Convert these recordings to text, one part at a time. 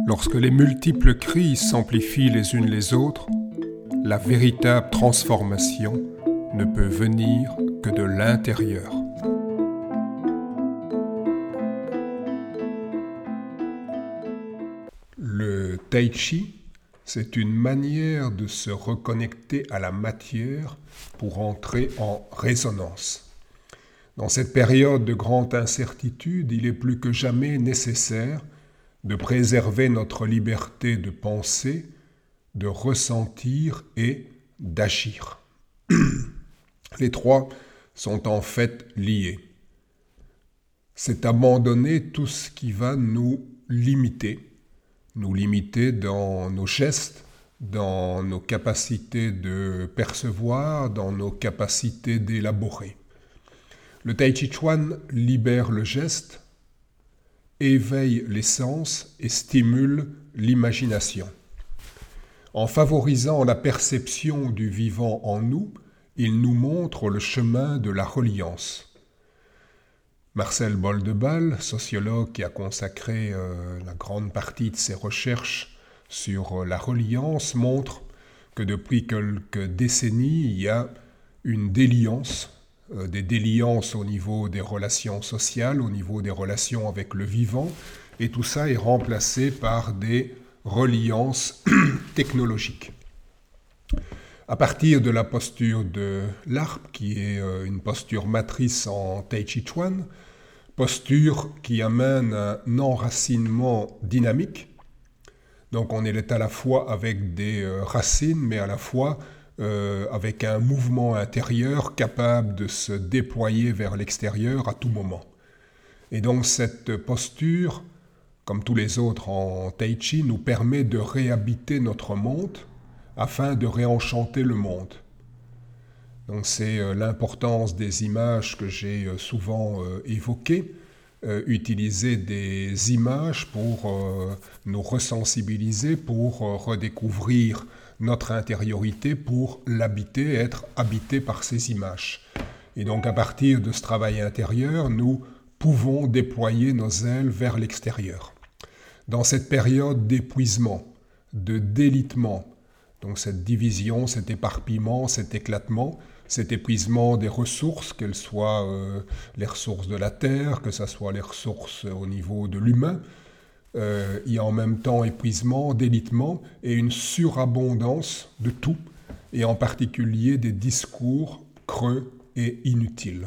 Lorsque les multiples crises s'amplifient les unes les autres, la véritable transformation ne peut venir que de l'intérieur. Le tai chi, c'est une manière de se reconnecter à la matière pour entrer en résonance. Dans cette période de grande incertitude, il est plus que jamais nécessaire de préserver notre liberté de penser, de ressentir et d'agir. Les trois sont en fait liés. C'est abandonner tout ce qui va nous limiter dans nos gestes, dans nos capacités de percevoir, dans nos capacités d'élaborer. Le Tai Chi Chuan libère le geste, éveille les sens et stimule l'imagination. En favorisant la perception du vivant en nous, il nous montre le chemin de la reliance. Marcel Boldebal, sociologue qui a consacré la grande partie de ses recherches sur la reliance, montre que depuis quelques décennies, il y a une déliance, des déliances au niveau des relations sociales, au niveau des relations avec le vivant, et tout ça est remplacé par des reliances technologiques. À partir de la posture de l'arbre, qui est une posture matrice en Tai Chi Chuan, posture qui amène un enracinement dynamique. Donc on est à la fois avec des racines, mais à la fois avec un mouvement intérieur capable de se déployer vers l'extérieur à tout moment. Et donc cette posture, comme tous les autres en Tai Chi, nous permet de réhabiter notre monde afin de réenchanter le monde. Donc c'est l'importance des images que j'ai souvent évoquées, utiliser des images pour nous resensibiliser, pour redécouvrir notre intériorité, pour l'habiter, être habité par ces images. Et donc à partir de ce travail intérieur, nous pouvons déployer nos ailes vers l'extérieur. Dans cette période d'épuisement, de délitement, donc cette division, cet éparpillement, cet éclatement, cet épuisement des ressources, qu'elles soient les ressources de la terre, que ce soit les ressources au niveau de l'humain, il y a en même temps épuisement, délitement et une surabondance de tout, et en particulier des discours creux et inutiles.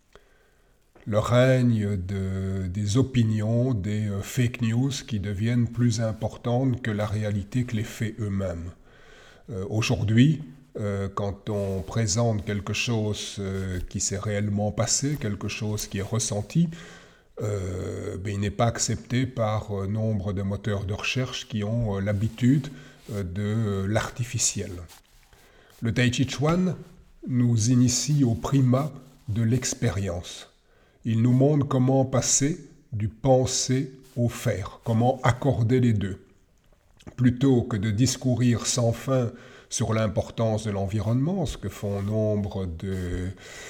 Le règne des opinions, des fake news qui deviennent plus importantes que la réalité, que les faits eux-mêmes. Aujourd'hui, quand on présente quelque chose qui s'est réellement passé, quelque chose qui est ressenti, il n'est pas accepté par nombre de moteurs de recherche qui ont l'habitude de l'artificiel. Le Tai Chi Chuan nous initie au primat de l'expérience. Il nous montre comment passer du penser au faire, comment accorder les deux. Plutôt que de discourir sans fin sur l'importance de l'environnement, ce que font nombre de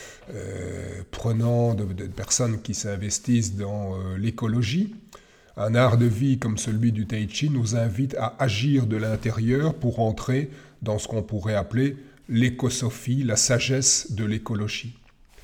prenants, de personnes qui s'investissent dans l'écologie, un art de vie comme celui du Tai Chi nous invite à agir de l'intérieur pour entrer dans ce qu'on pourrait appeler l'écosophie, la sagesse de l'écologie.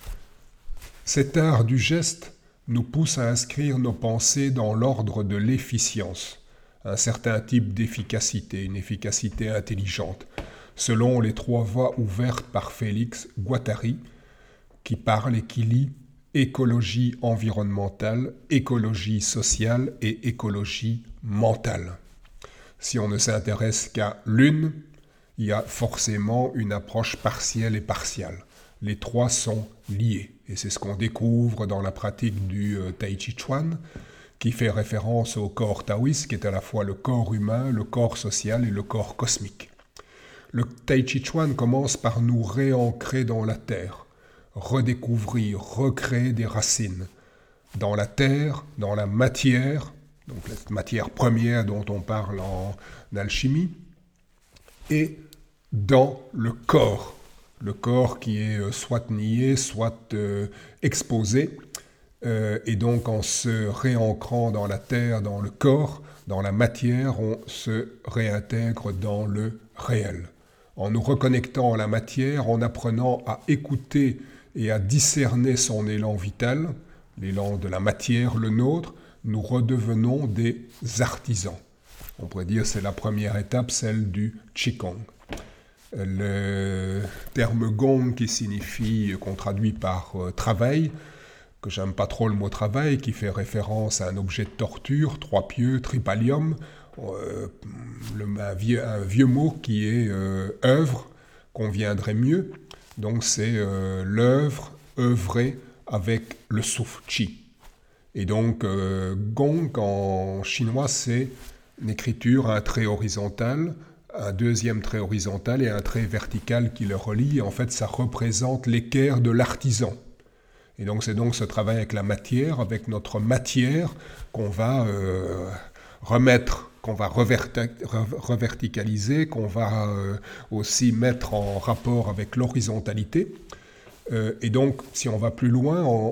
Cet art du geste nous pousse à inscrire nos pensées dans l'ordre de l'efficience, un certain type d'efficacité, une efficacité intelligente, selon les trois voies ouvertes par Félix Guattari, qui parle et qui lie écologie environnementale, écologie sociale et écologie mentale. Si on ne s'intéresse qu'à l'une, il y a forcément une approche partielle et partiale. Les trois sont liés, et c'est ce qu'on découvre dans la pratique du Tai Chi Chuan, qui fait référence au corps taoïste, qui est à la fois le corps humain, le corps social et le corps cosmique. Le Tai Chi Chuan commence par nous réancrer dans la terre, redécouvrir, recréer des racines dans la terre, dans la matière, donc la matière première dont on parle en alchimie, et dans le corps qui est soit nié, soit exposé, Et donc en se réancrant dans la terre, dans le corps, dans la matière, on se réintègre dans le réel. En nous reconnectant à la matière, en apprenant à écouter et à discerner son élan vital, l'élan de la matière, le nôtre, nous redevenons des artisans. On pourrait dire que c'est la première étape, celle du Qigong. Le terme gong qui signifie, qu'on traduit par travail, que j'aime pas trop le mot travail, qui fait référence à un objet de torture, trois pieux, tripalium, un vieux mot qui est œuvre, conviendrait mieux. Donc c'est l'œuvre, œuvrer avec le souffle, chi. Et donc gong en chinois c'est une écriture à un trait horizontal, un deuxième trait horizontal et un trait vertical qui le relie. En fait ça représente l'équerre de l'artisan. Et donc c'est donc ce travail avec la matière, avec notre matière, qu'on va remettre, qu'on va reverticaliser, qu'on va aussi mettre en rapport avec l'horizontalité. Et donc, si on va plus loin, en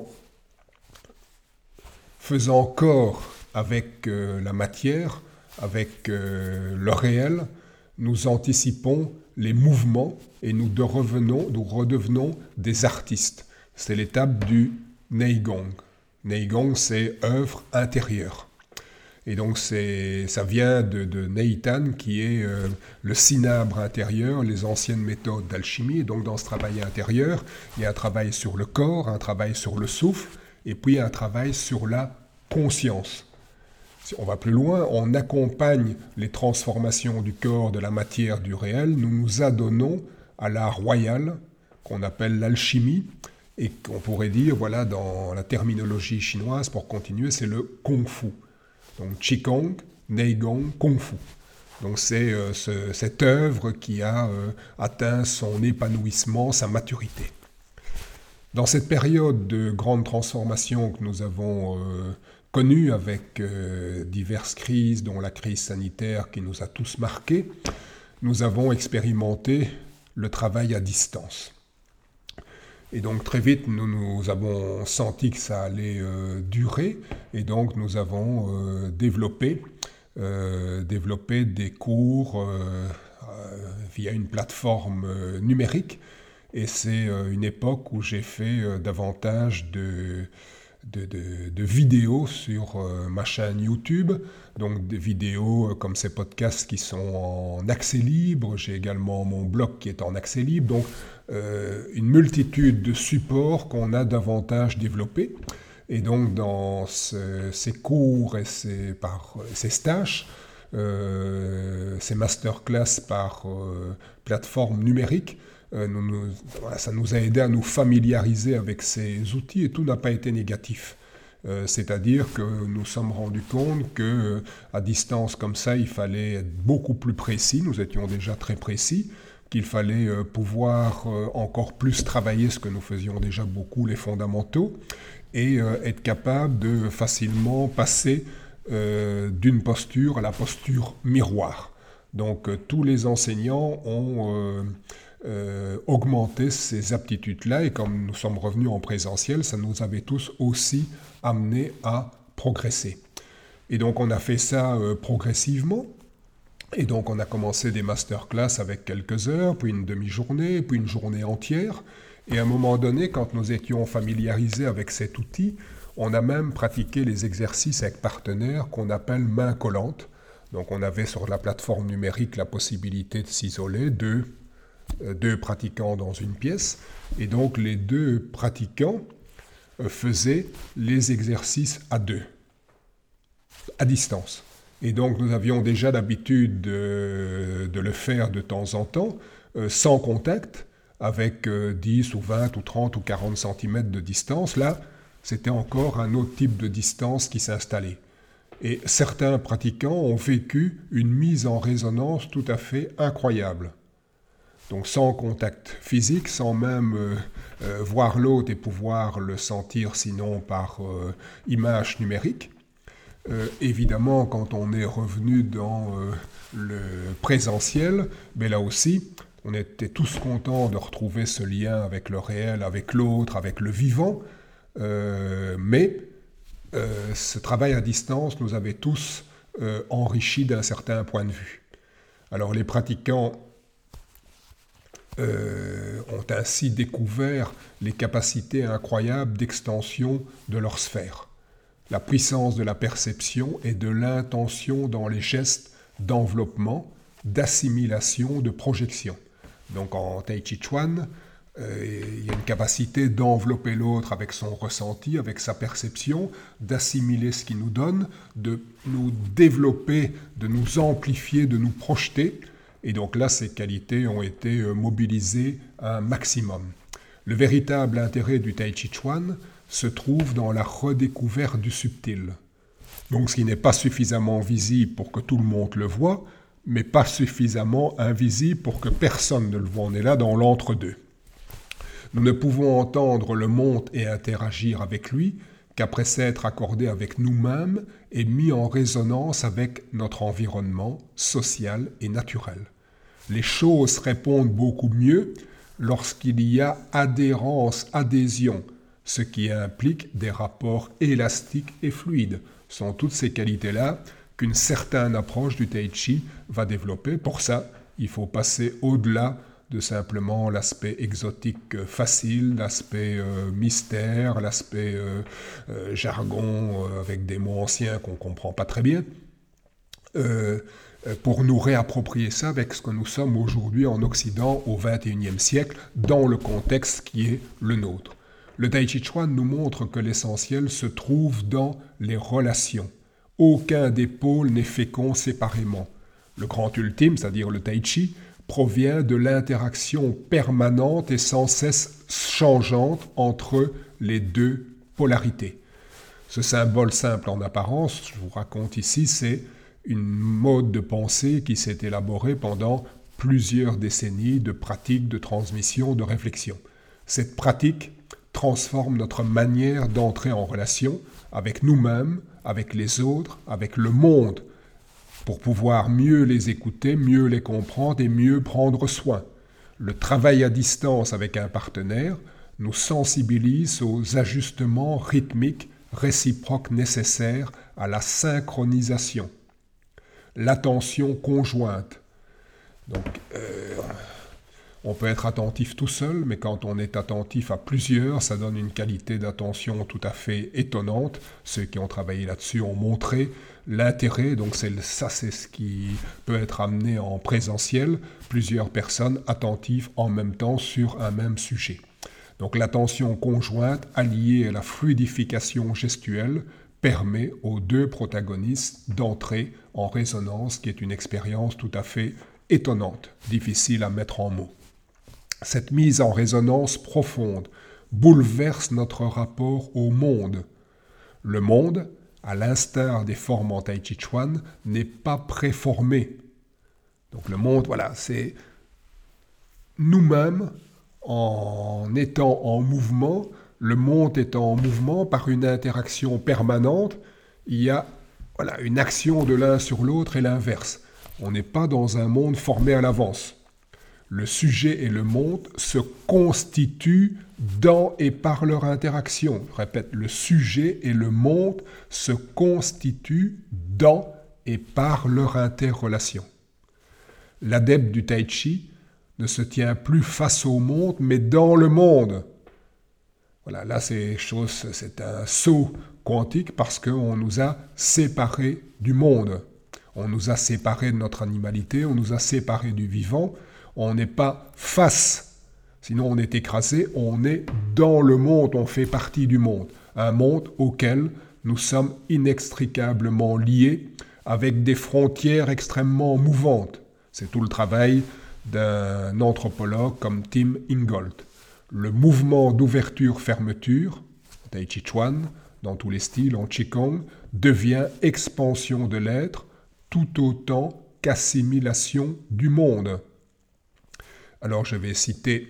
faisant corps avec la matière, avec le réel, nous anticipons les mouvements et nous redevenons des artistes. C'est l'étape du Neigong. Neigong, c'est œuvre intérieure. Et donc ça vient de Neitan, qui est le cinabre intérieur, les anciennes méthodes d'alchimie. Et donc dans ce travail intérieur, il y a un travail sur le corps, un travail sur le souffle, et puis un travail sur la conscience. Si on va plus loin, on accompagne les transformations du corps, de la matière, du réel. Nous nous adonnons à l'art royal, qu'on appelle l'alchimie, et qu'on pourrait dire, voilà, dans la terminologie chinoise, pour continuer, c'est le Kung Fu. Donc Qigong, Neigong, Kung Fu. Donc c'est cette œuvre qui a atteint son épanouissement, sa maturité. Dans cette période de grande transformation que nous avons connue avec diverses crises, dont la crise sanitaire qui nous a tous marqués, nous avons expérimenté le travail à distance. Et donc très vite, nous avons senti que ça allait durer, et donc nous avons développé des cours via une plateforme numérique, et c'est une époque où j'ai fait davantage de vidéos sur ma chaîne YouTube, donc des vidéos comme ces podcasts qui sont en accès libre. J'ai également mon blog qui est en accès libre, donc une multitude de supports qu'on a davantage développés. Et donc dans ces cours et ces stages, ces masterclass par plateforme numérique, ça nous a aidé à nous familiariser avec ces outils, et tout n'a pas été négatif. C'est-à-dire que nous sommes rendus compte qu'à distance comme ça, il fallait être beaucoup plus précis. Nous étions déjà très précis, qu'il fallait pouvoir encore plus travailler ce que nous faisions déjà beaucoup, les fondamentaux, et être capable de facilement passer d'une posture à la posture miroir. Donc tous les enseignants ont augmenter ces aptitudes-là, et comme nous sommes revenus en présentiel, ça nous avait tous aussi amenés à progresser. Et donc on a fait ça progressivement, et donc on a commencé des masterclass avec quelques heures, puis une demi-journée, puis une journée entière, et à un moment donné, quand nous étions familiarisés avec cet outil, on a même pratiqué les exercices avec partenaires qu'on appelle main collante. Donc on avait sur la plateforme numérique la possibilité de s'isoler, deux pratiquants dans une pièce, et donc les deux pratiquants faisaient les exercices à deux, à distance. Et donc nous avions déjà l'habitude de le faire de temps en temps, sans contact, avec 10 ou 20 ou 30 ou 40 cm de distance. Là, c'était encore un autre type de distance qui s'installait. Et certains pratiquants ont vécu une mise en résonance tout à fait incroyable. Donc sans contact physique, sans même voir l'autre et pouvoir le sentir sinon par image numérique. Évidemment, quand on est revenu dans le présentiel, mais là aussi, on était tous contents de retrouver ce lien avec le réel, avec l'autre, avec le vivant. mais ce travail à distance nous avait tous enrichis d'un certain point de vue. Alors les pratiquants ont ainsi découvert les capacités incroyables d'extension de leur sphère, la puissance de la perception et de l'intention dans les gestes d'enveloppement, d'assimilation, de projection. Donc en Tai Chi Chuan, il y a une capacité d'envelopper l'autre avec son ressenti, avec sa perception, d'assimiler ce qu'il nous donne, de nous développer, de nous amplifier, de nous projeter. Et donc là, ces qualités ont été mobilisées à un maximum. Le véritable intérêt du Tai Chi Chuan se trouve dans la redécouverte du subtil. Donc ce qui n'est pas suffisamment visible pour que tout le monde le voie, mais pas suffisamment invisible pour que personne ne le voie. On est là dans l'entre-deux. Nous ne pouvons entendre le monde et interagir avec lui qu'après s'être accordé avec nous-mêmes et mis en résonance avec notre environnement social et naturel. Les choses répondent beaucoup mieux lorsqu'il y a adhérence, adhésion, ce qui implique des rapports élastiques et fluides. Ce sont toutes ces qualités-là qu'une certaine approche du Tai Chi va développer. Pour ça, il faut passer au-delà de simplement l'aspect exotique facile, l'aspect mystère, l'aspect jargon avec des mots anciens qu'on ne comprend pas très bien, pour nous réapproprier ça avec ce que nous sommes aujourd'hui en Occident au XXIe siècle, dans le contexte qui est le nôtre. Le Tai Chi Chuan nous montre que l'essentiel se trouve dans les relations. Aucun des pôles n'est fécond séparément. Le grand ultime, c'est-à-dire le Tai Chi, provient de l'interaction permanente et sans cesse changeante entre les deux polarités. Ce symbole simple en apparence, je vous raconte ici, c'est une mode de pensée qui s'est élaborée pendant plusieurs décennies de pratiques, de transmission, de réflexion. Cette pratique transforme notre manière d'entrer en relation avec nous-mêmes, avec les autres, avec le monde, pour pouvoir mieux les écouter, mieux les comprendre et mieux prendre soin. Le travail à distance avec un partenaire nous sensibilise aux ajustements rythmiques réciproques nécessaires à la synchronisation. L'attention conjointe. Donc, on peut être attentif tout seul, mais quand on est attentif à plusieurs, ça donne une qualité d'attention tout à fait étonnante. Ceux qui ont travaillé là-dessus ont montré l'intérêt, donc ça c'est ce qui peut être amené en présentiel, plusieurs personnes attentives en même temps sur un même sujet. Donc l'attention conjointe alliée à la fluidification gestuelle permet aux deux protagonistes d'entrer en résonance, qui est une expérience tout à fait étonnante, difficile à mettre en mots. Cette mise en résonance profonde bouleverse notre rapport au monde. Le monde, à l'instar des formes en Tai Chi Chuan, n'est pas préformé. Donc le monde, voilà, c'est nous-mêmes en étant en mouvement, le monde étant en mouvement par une interaction permanente, il y a une action de l'un sur l'autre et l'inverse. On n'est pas dans un monde formé à l'avance. Le sujet et le monde se constituent dans et par leur interaction. Je répète, le sujet et le monde se constituent dans et par leur interrelation. L'adepte du Tai Chi ne se tient plus face au monde, mais dans le monde. Voilà, là c'est un saut quantique parce qu'on nous a séparés du monde. On nous a séparés de notre animalité, on nous a séparés du vivant. On n'est pas face, sinon on est écrasé, on est dans le monde, on fait partie du monde. Un monde auquel nous sommes inextricablement liés, avec des frontières extrêmement mouvantes. C'est tout le travail d'un anthropologue comme Tim Ingold. Le mouvement d'ouverture-fermeture, Tai Chi Chuan, dans tous les styles, en Qigong, devient expansion de l'être, tout autant qu'assimilation du monde. Alors je vais citer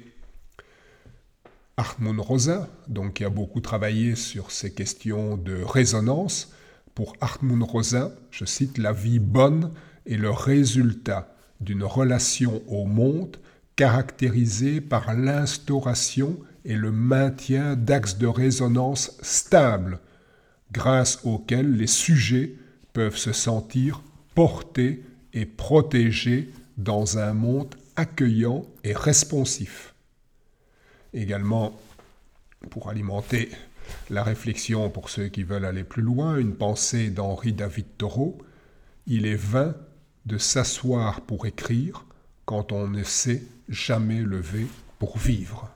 Hartmut Rosa, donc qui a beaucoup travaillé sur ces questions de résonance. Pour Hartmut Rosa, je cite, « La vie bonne est le résultat d'une relation au monde caractérisée par l'instauration et le maintien d'axes de résonance stables, grâce auxquels les sujets peuvent se sentir portés et protégés dans un monde accueillant et responsif. Également, pour alimenter la réflexion pour ceux qui veulent aller plus loin, une pensée d'Henri David Thoreau: il est vain de s'asseoir pour écrire quand on ne s'est jamais levé pour vivre.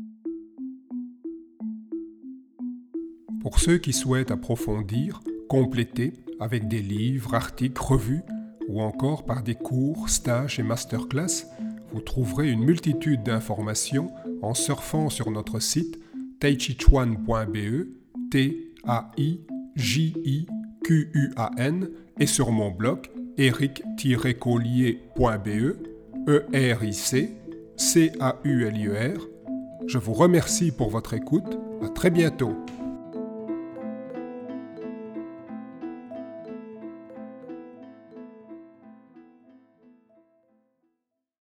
Pour ceux qui souhaitent approfondir, compléter avec des livres, articles, revues ou encore par des cours, stages et masterclass, vous trouverez une multitude d'informations en surfant sur notre site taichichuan.be, T-A-I-J-I-Q-U-A-N, et sur mon blog eric-collier.be, E-R-I-C-C-A-U-L-I-E-R. Je vous remercie pour votre écoute. À très bientôt.